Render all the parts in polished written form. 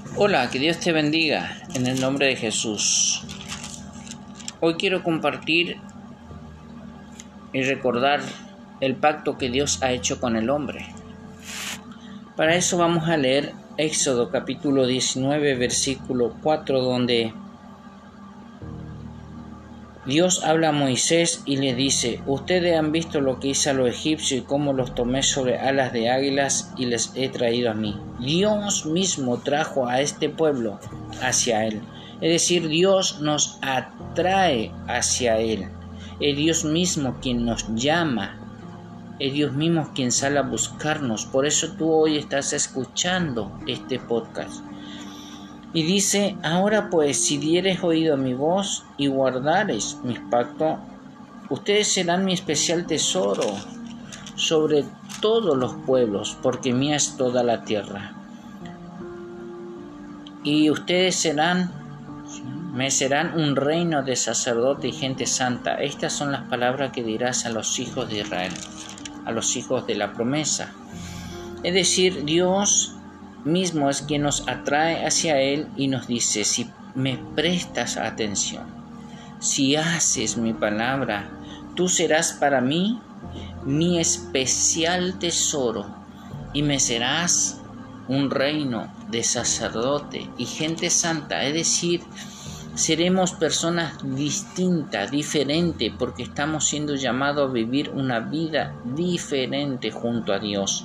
Hola, que Dios te bendiga en el nombre de Jesús. Hoy quiero compartir y recordar el pacto que Dios ha hecho con el hombre. Para eso vamos a leer Éxodo capítulo 19, versículo 4, donde Dios habla a Moisés y le dice: ustedes han visto lo que hice a los egipcios y cómo los tomé sobre alas de águilas y les he traído a mí. Dios mismo trajo a este pueblo hacia Él. Es decir, Dios nos atrae hacia Él. Es Dios mismo quien nos llama. Es Dios mismo quien sale a buscarnos. Por eso tú hoy estás escuchando este podcast. Y dice: ahora pues, si dieres oído a mi voz y guardares mis pactos, ustedes serán mi especial tesoro sobre todos los pueblos, porque mía es toda la tierra. Y ustedes me serán un reino de sacerdote y gente santa. Estas son las palabras que dirás a los hijos de Israel, a los hijos de la promesa. Es decir, Dios mismo es quien nos atrae hacia Él y nos dice: si me prestas atención, si haces mi palabra, tú serás para mí mi especial tesoro y me serás un reino de sacerdote y gente santa. Es decir, seremos personas distintas, diferentes, porque estamos siendo llamados a vivir una vida diferente junto a Dios.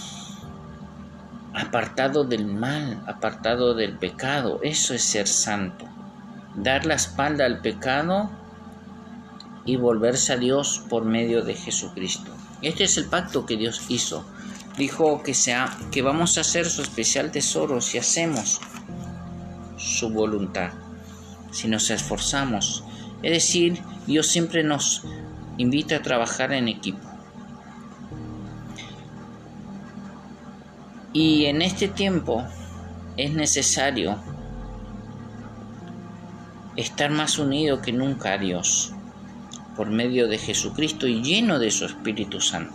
Apartado del mal, apartado del pecado. Eso es ser santo. Dar la espalda al pecado y volverse a Dios por medio de Jesucristo. Este es el pacto que Dios hizo. Dijo que vamos a ser su especial tesoro si hacemos su voluntad, si nos esforzamos. Es decir, Dios siempre nos invita a trabajar en equipo. Y en este tiempo es necesario estar más unido que nunca a Dios por medio de Jesucristo y lleno de su Espíritu Santo.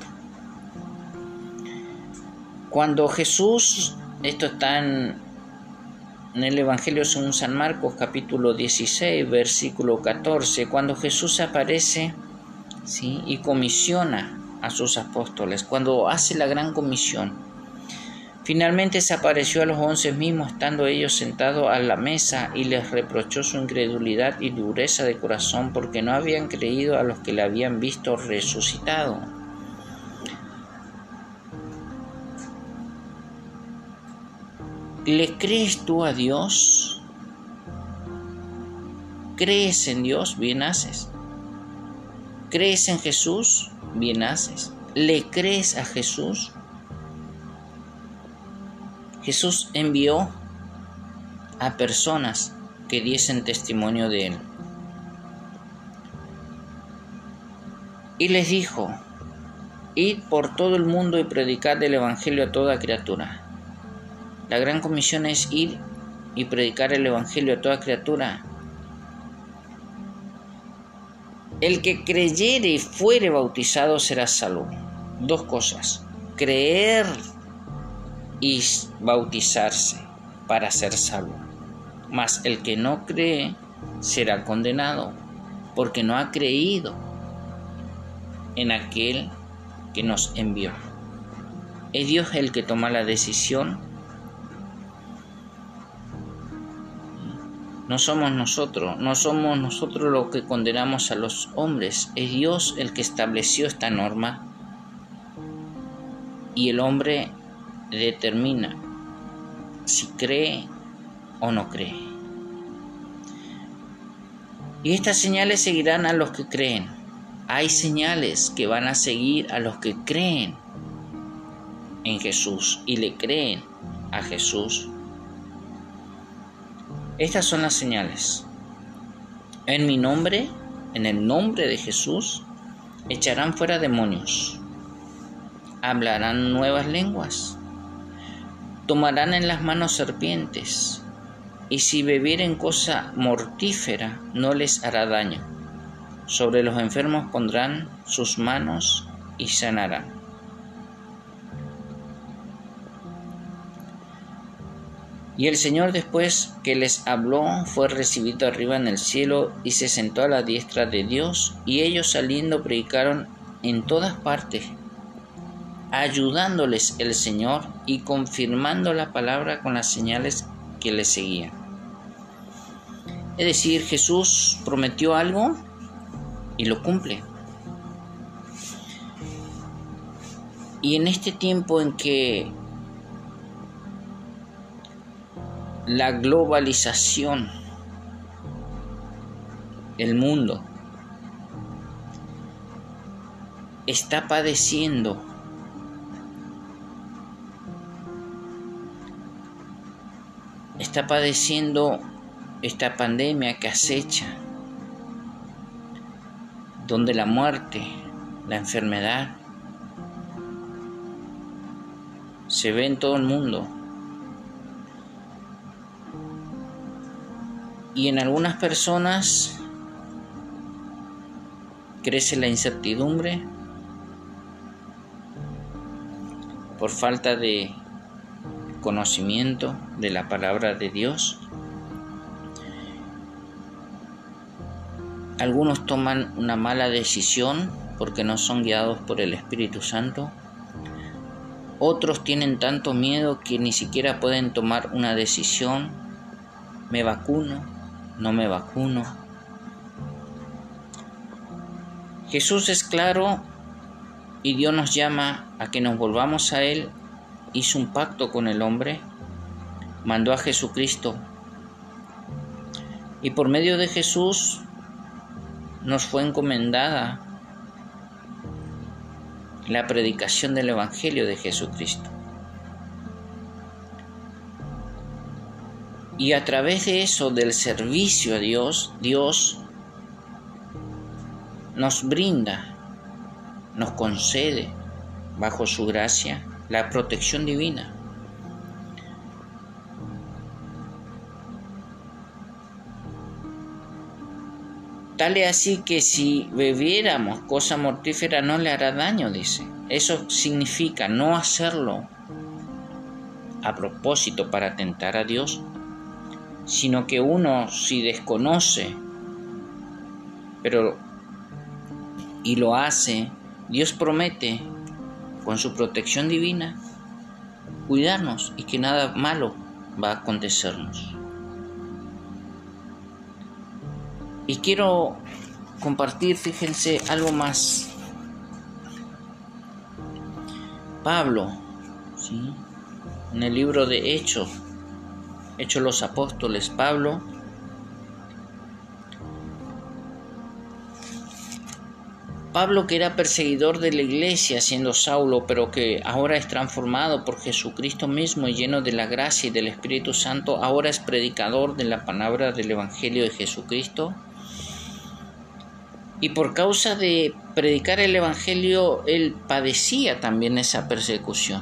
Cuando Jesús, esto está en el Evangelio según San Marcos capítulo 16 versículo 14, cuando Jesús aparece, ¿sí?, y comisiona a sus apóstoles, cuando hace la gran comisión. Finalmente se apareció a los 11 mismos, estando ellos sentados a la mesa, y les reprochó su incredulidad y dureza de corazón, porque no habían creído a los que le habían visto resucitado. ¿Le crees tú a Dios? ¿Crees en Dios? Bien haces. ¿Crees en Jesús? Bien haces. ¿Le crees a Jesús? Jesús envió a personas que diesen testimonio de Él. Y les dijo: id por todo el mundo y predicad el Evangelio a toda criatura. La gran comisión es ir y predicar el Evangelio a toda criatura. El que creyere y fuere bautizado será salvo. Dos cosas: creer y bautizarse para ser salvo. Mas el que no cree será condenado, porque no ha creído en aquel que nos envió. Es Dios el que toma la decisión. No somos nosotros los que condenamos a los hombres. Es Dios el que estableció esta norma y el hombre determina si cree o no cree. Y estas señales seguirán a los que creen. Hay señales que van a seguir a los que creen en Jesús y le creen a Jesús. Estas son las señales. En mi nombre, en el nombre de Jesús, echarán fuera demonios, hablarán nuevas lenguas, tomarán en las manos serpientes, y si bebieren cosa mortífera no les hará daño. Sobre los enfermos pondrán sus manos y sanarán. Y el Señor, después que les habló, fue recibido arriba en el cielo y se sentó a la diestra de Dios, y ellos saliendo predicaron en todas partes, ayudándoles el Señor y confirmando la palabra con las señales que les seguían. Es decir, Jesús prometió algo y lo cumple. Y en este tiempo en que la globalización, el mundo, está padeciendo esta pandemia que acecha, donde la muerte, la enfermedad, se ve en todo el mundo. Y en algunas personas crece la incertidumbre por falta de conocimiento de la palabra de Dios. Algunos toman una mala decisión porque no son guiados por el Espíritu Santo. Otros tienen tanto miedo que ni siquiera pueden tomar una decisión. ¿Me vacuno? ¿No me vacuno? Jesús es claro y Dios nos llama a que nos volvamos a Él. Hizo un pacto con el hombre, mandó a Jesucristo y por medio de Jesús nos fue encomendada la predicación del Evangelio de Jesucristo. Y a través de eso, del servicio a Dios, Dios nos brinda, nos concede, bajo su gracia, la protección divina. Tal es así que si bebiéramos cosa mortífera no le hará daño, dice. Eso significa no hacerlo a propósito para tentar a Dios, sino que uno, si desconoce y lo hace, Dios promete con su protección divina cuidarnos y que nada malo va a acontecernos. Y quiero compartir, fíjense, algo más. Pablo, ¿sí?, en el libro de Hechos los Apóstoles, Pablo que era perseguidor de la iglesia siendo Saulo, pero que ahora es transformado por Jesucristo mismo y lleno de la gracia y del Espíritu Santo, ahora es predicador de la palabra del Evangelio de Jesucristo. Y por causa de predicar el Evangelio, él padecía también esa persecución.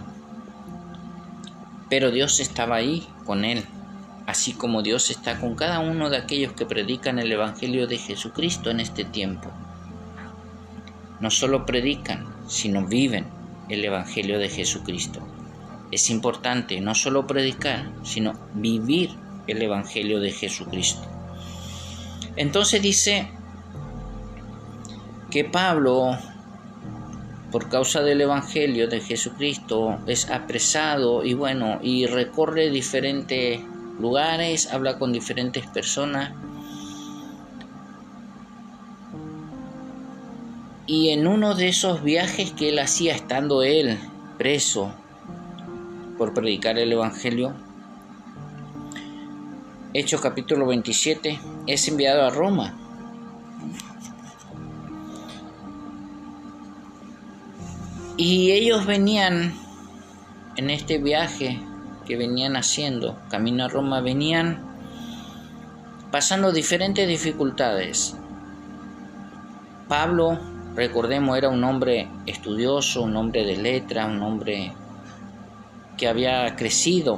Pero Dios estaba ahí con él, así como Dios está con cada uno de aquellos que predican el Evangelio de Jesucristo en este tiempo. No solo predican, sino viven el Evangelio de Jesucristo. Es importante no solo predicar, sino vivir el Evangelio de Jesucristo. Entonces dice que Pablo, por causa del Evangelio de Jesucristo, es apresado y recorre diferentes lugares, habla con diferentes personas. Y en uno de esos viajes que él hacía estando él preso por predicar el Evangelio, Hechos capítulo 27, es enviado a Roma. Y ellos venían en este viaje que venían haciendo, camino a Roma, venían pasando diferentes dificultades. Pablo, recordemos, era un hombre estudioso, un hombre de letra, un hombre que crecido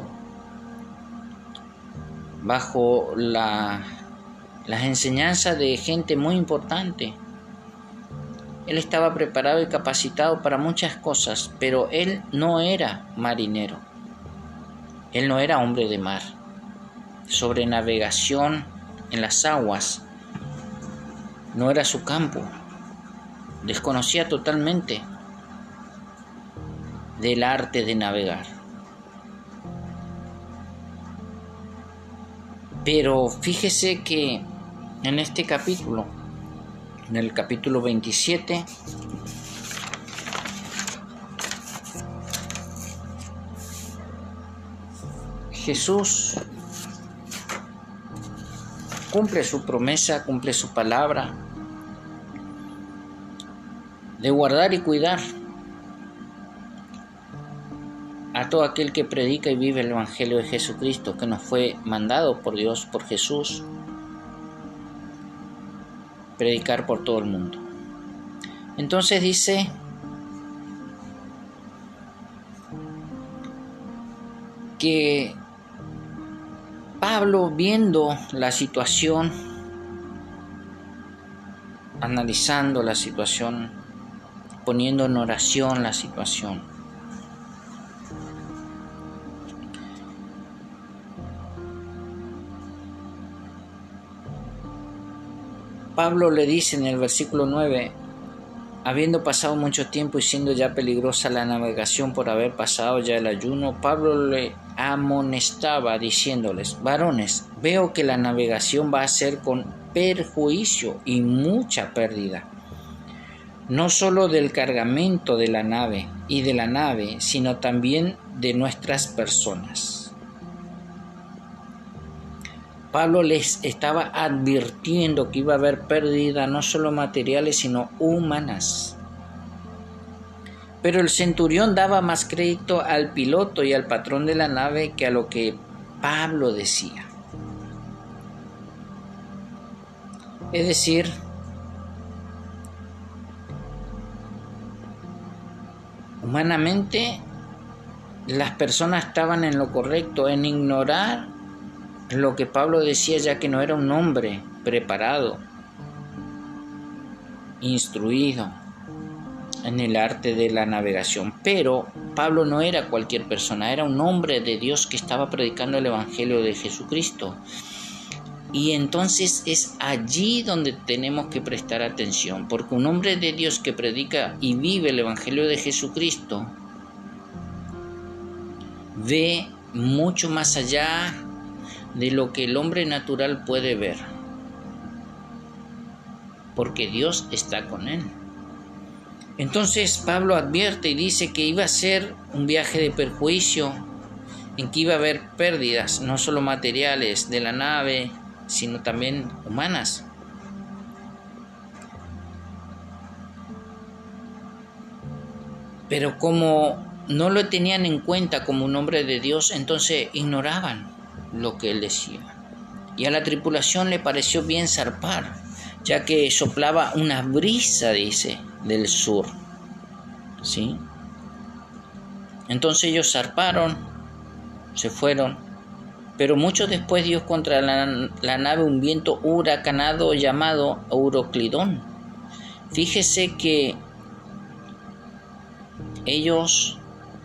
bajo las enseñanzas de gente muy importante. Él estaba preparado y capacitado para muchas cosas, pero él no era marinero. Él no era hombre de mar. sobre navegación en las aguas. No era su campo. Desconocía totalmente del arte de navegar. Pero fíjese que en este capítulo, en el capítulo 27, Jesús cumple su promesa, cumple su palabra de guardar y cuidar a todo aquel que predica y vive el Evangelio de Jesucristo, que nos fue mandado por Dios, por Jesús, predicar por todo el mundo. Entonces dice que Pablo, viendo la situación, analizando la situación, poniendo en oración la situación, Pablo le dice en el versículo 9, habiendo pasado mucho tiempo y siendo ya peligrosa la navegación por haber pasado ya el ayuno, Pablo le amonestaba diciéndoles: varones, veo que la navegación va a ser con perjuicio y mucha pérdida, no solo del cargamento de la nave y de la nave, sino también de nuestras personas. Pablo les estaba advirtiendo que iba a haber pérdida no solo materiales, sino humanas. Pero el centurión daba más crédito al piloto y al patrón de la nave que a lo que Pablo decía. Es decir, humanamente las personas estaban en lo correcto, en ignorar lo que Pablo decía, ya que no era un hombre preparado, instruido en el arte de la navegación. Pero Pablo no era cualquier persona, era un hombre de Dios que estaba predicando el Evangelio de Jesucristo. Y entonces es allí donde tenemos que prestar atención, porque un hombre de Dios que predica y vive el Evangelio de Jesucristo ve mucho más allá de lo que el hombre natural puede ver, porque Dios está con él. Entonces Pablo advierte y dice que iba a ser un viaje de perjuicio, en que iba a haber pérdidas, no solo materiales de la nave, sino también humanas. Pero como no lo tenían en cuenta como un hombre de Dios, entonces ignoraban lo que él decía. Y a la tripulación le pareció bien zarpar, ya que soplaba una brisa, dice, del sur. ¿Sí? Entonces ellos zarparon, se fueron, pero mucho después dio contra la nave un viento huracanado llamado Euroclidón. Fíjese que ellos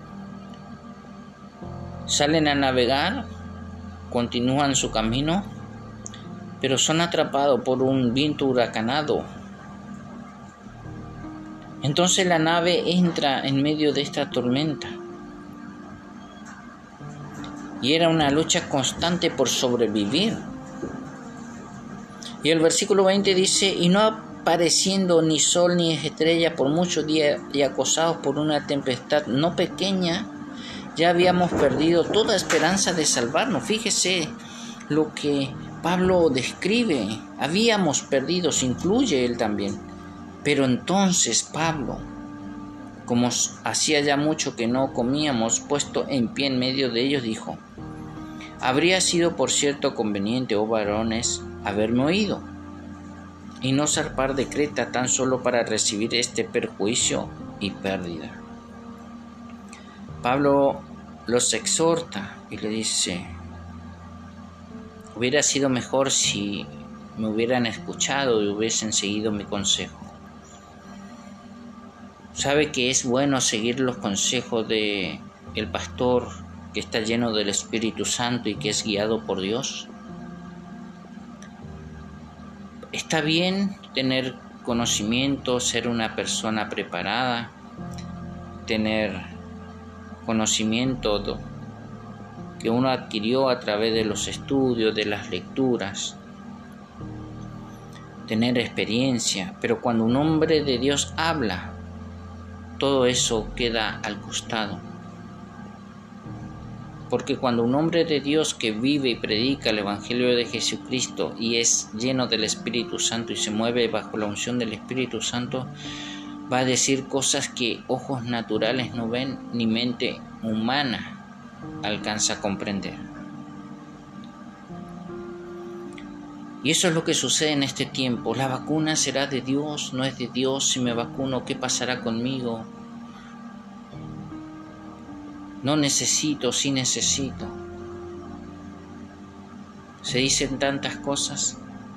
salen a navegar, continúan su camino, pero son atrapados por un viento huracanado. Entonces la nave entra en medio de esta tormenta. Y era una lucha constante por sobrevivir. Y el versículo 20 dice: y no apareciendo ni sol ni estrella por muchos días y acosados por una tempestad no pequeña, ya habíamos perdido toda esperanza de salvarnos. Fíjese lo que Pablo describe. Habíamos perdido, se incluye él también. Pero entonces Pablo, como hacía ya mucho que no comíamos, puesto en pie en medio de ellos, dijo: habría sido por cierto conveniente, oh varones, haberme oído, y no zarpar de Creta tan solo para recibir este perjuicio y pérdida. Pablo los exhorta y le dice: hubiera sido mejor si me hubieran escuchado y hubiesen seguido mi consejo. Sabe que es bueno seguir los consejos de el pastor que está lleno del Espíritu Santo y que es guiado por Dios. Está bien tener conocimiento, ser una persona preparada, tener conocimiento que uno adquirió a través de los estudios, de las lecturas, tener experiencia, pero cuando un hombre de Dios habla, todo eso queda al costado. Porque cuando un hombre de Dios que vive y predica el Evangelio de Jesucristo y es lleno del Espíritu Santo y se mueve bajo la unción del Espíritu Santo, va a decir cosas que ojos naturales no ven ni mente humana alcanza a comprender. Y eso es lo que sucede en este tiempo. La vacuna será de Dios, no es de Dios. Si me vacuno, ¿qué pasará conmigo? No necesito, sí necesito. Se dicen tantas cosas.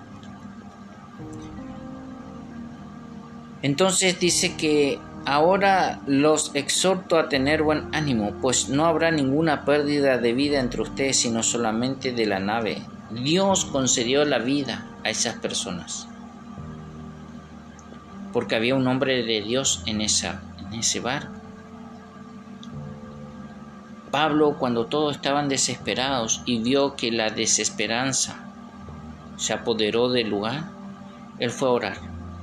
Entonces dice que ahora los exhorto a tener buen ánimo, pues no habrá ninguna pérdida de vida entre ustedes, sino solamente de la nave. Dios concedió la vida a esas personas, porque había un hombre de Dios en ese barco. Pablo, cuando todos estaban desesperados y vio que la desesperanza se apoderó del lugar, él fue a orar.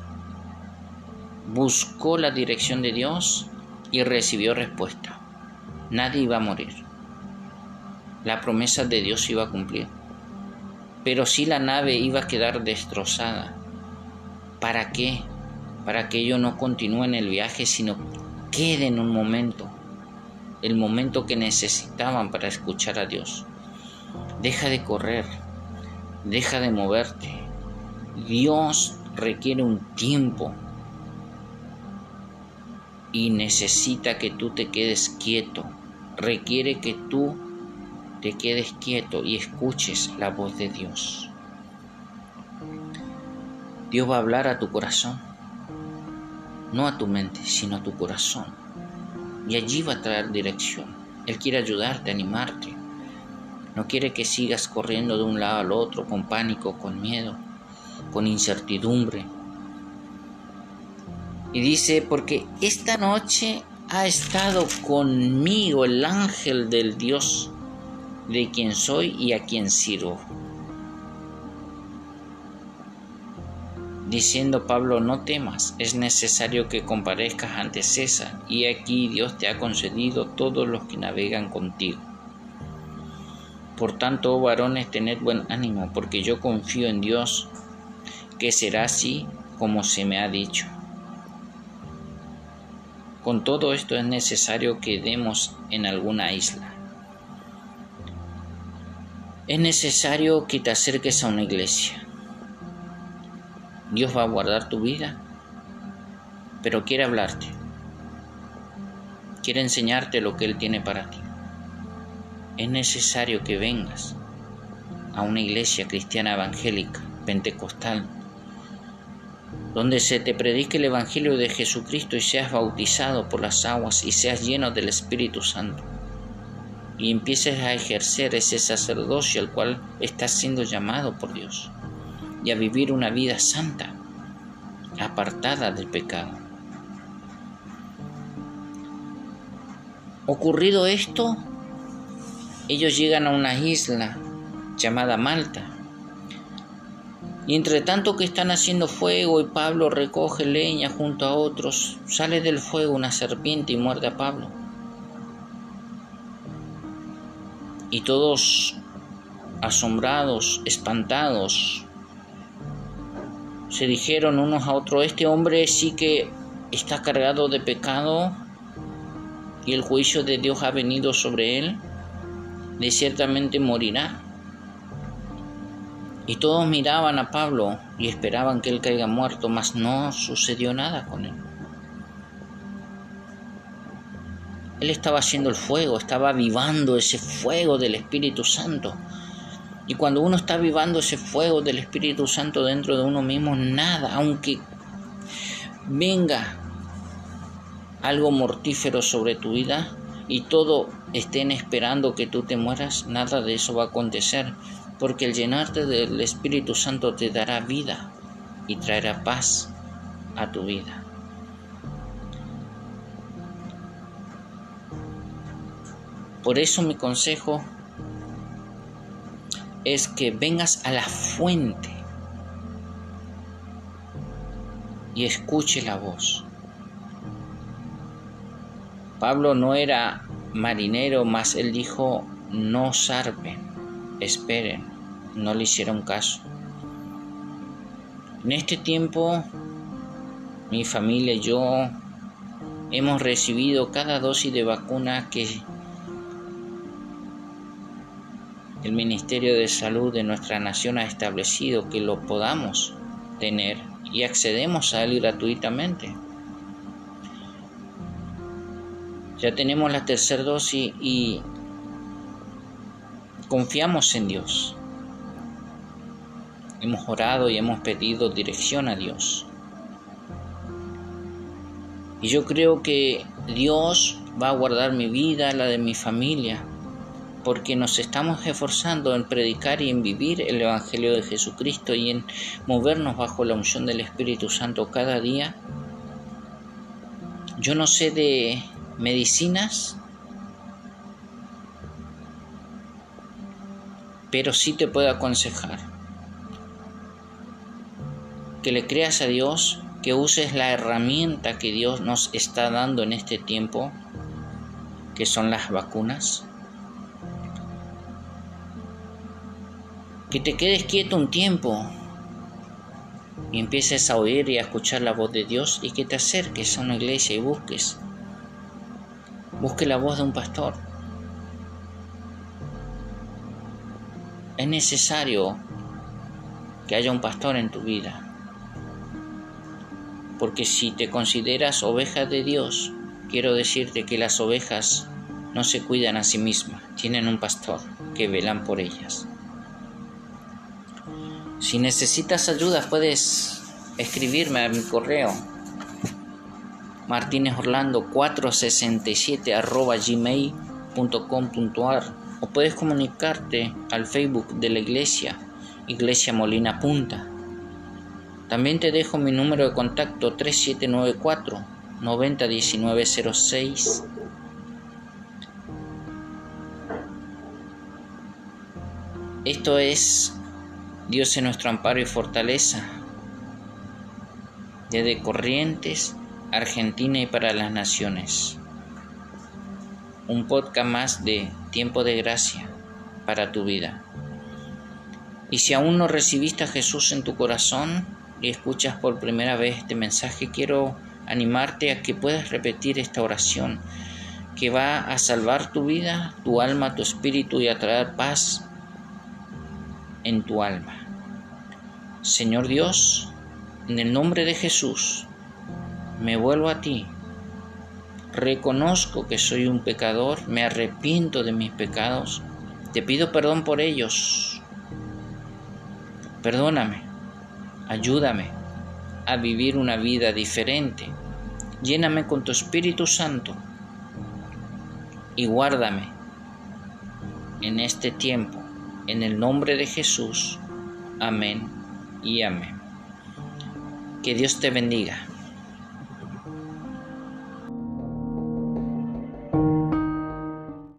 Buscó la dirección de Dios y recibió respuesta. Nadie iba a morir. La promesa de Dios iba a cumplir. Pero sí la nave iba a quedar destrozada. ¿Para qué? Para que ellos no continúen el viaje, sino queden un momento. El momento que necesitaban para escuchar a Dios. Deja de correr, deja de moverte. Dios requiere un tiempo y necesita que tú te quedes quieto. Requiere que tú te quedes quieto y escuches la voz de Dios. Dios va a hablar a tu corazón, no a tu mente, sino a tu corazón. Y allí va a traer dirección. Él quiere ayudarte, animarte. No quiere que sigas corriendo de un lado al otro con pánico, con miedo, con incertidumbre. Y dice, porque esta noche ha estado conmigo el ángel del Dios de quien soy y a quien sirvo. Diciendo Pablo, no temas, es necesario que comparezcas ante César, y aquí Dios te ha concedido todos los que navegan contigo. Por tanto, oh varones, tened buen ánimo, porque yo confío en Dios, que será así como se me ha dicho. Con todo esto es necesario que demos en alguna isla. Es necesario que te acerques a una iglesia. Dios va a guardar tu vida, pero quiere hablarte. Quiere enseñarte lo que Él tiene para ti. Es necesario que vengas a una iglesia cristiana evangélica, pentecostal, donde se te predique el Evangelio de Jesucristo y seas bautizado por las aguas y seas lleno del Espíritu Santo. Y empieces a ejercer ese sacerdocio al cual estás siendo llamado por Dios. Y a vivir una vida santa, apartada del pecado. Ocurrido esto, ellos llegan a una isla llamada Malta. Y entre tanto que están haciendo fuego y Pablo recoge leña junto a otros, sale del fuego una serpiente y muerde a Pablo. Y todos asombrados, espantados, se dijeron unos a otros, este hombre sí que está cargado de pecado y el juicio de Dios ha venido sobre él, de ciertamente morirá. Y todos miraban a Pablo y esperaban que él caiga muerto, mas no sucedió nada con él. Él estaba haciendo el fuego, estaba avivando ese fuego del Espíritu Santo. Y cuando uno está avivando ese fuego del Espíritu Santo dentro de uno mismo, nada, aunque venga algo mortífero sobre tu vida y todo estén esperando que tú te mueras, nada de eso va a acontecer, porque el llenarte del Espíritu Santo te dará vida y traerá paz a tu vida. Por eso mi consejo es que vengas a la fuente y escuche la voz. Pablo no era marinero, mas él dijo: no zarpen, esperen. No le hicieron caso. En este tiempo, mi familia y yo hemos recibido cada dosis de vacuna que el Ministerio de Salud de nuestra nación ha establecido que lo podamos tener, y accedemos a él gratuitamente. Ya tenemos la tercera dosis y confiamos en Dios. Hemos orado y hemos pedido dirección a Dios. Y yo creo que Dios va a guardar mi vida, la de mi familia, porque nos estamos esforzando en predicar y en vivir el Evangelio de Jesucristo y en movernos bajo la unción del Espíritu Santo cada día. Yo no sé de medicinas, pero sí te puedo aconsejar que le creas a Dios, que uses la herramienta que Dios nos está dando en este tiempo, que son las vacunas. Que te quedes quieto un tiempo y empieces a oír y a escuchar la voz de Dios, y que te acerques a una iglesia y busque la voz de un pastor. Es necesario que haya un pastor en tu vida, porque si te consideras oveja de Dios, quiero decirte que las ovejas no se cuidan a sí mismas, tienen un pastor que velan por ellas. Si necesitas ayuda, puedes escribirme a mi correo martinezorlando467@gmail.com.ar, o puedes comunicarte al Facebook de la iglesia, Iglesia Molina Punta. También te dejo mi número de contacto 3794-901906. Esto es Dios es nuestro amparo y fortaleza, desde Corrientes, Argentina y para las naciones. Un podcast más de Tiempo de Gracia para tu vida. Y si aún no recibiste a Jesús en tu corazón y escuchas por primera vez este mensaje, quiero animarte a que puedas repetir esta oración que va a salvar tu vida, tu alma, tu espíritu, y a traer paz en tu alma. Señor Dios, en el nombre de Jesús, me vuelvo a ti. Reconozco que soy un pecador, me arrepiento de mis pecados, te pido perdón por ellos. Perdóname, ayúdame a vivir una vida diferente. Lléname con tu Espíritu Santo y guárdame en este tiempo. En el nombre de Jesús. Amén y amén. Que Dios te bendiga.